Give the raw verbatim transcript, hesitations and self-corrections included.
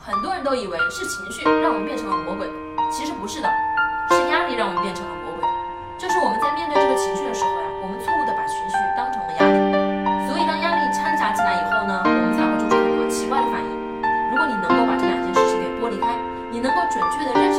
很多人都以为是情绪让我们变成了魔鬼，其实不是的，是压力让我们变成了魔鬼。就是我们在面对这个情绪的时候呀，我们错误的把情绪当成了压力，所以当压力掺杂进来以后呢，我们才会做出很多奇怪的反应。如果你能够把这两件事情给剥离开，你能够准确的认识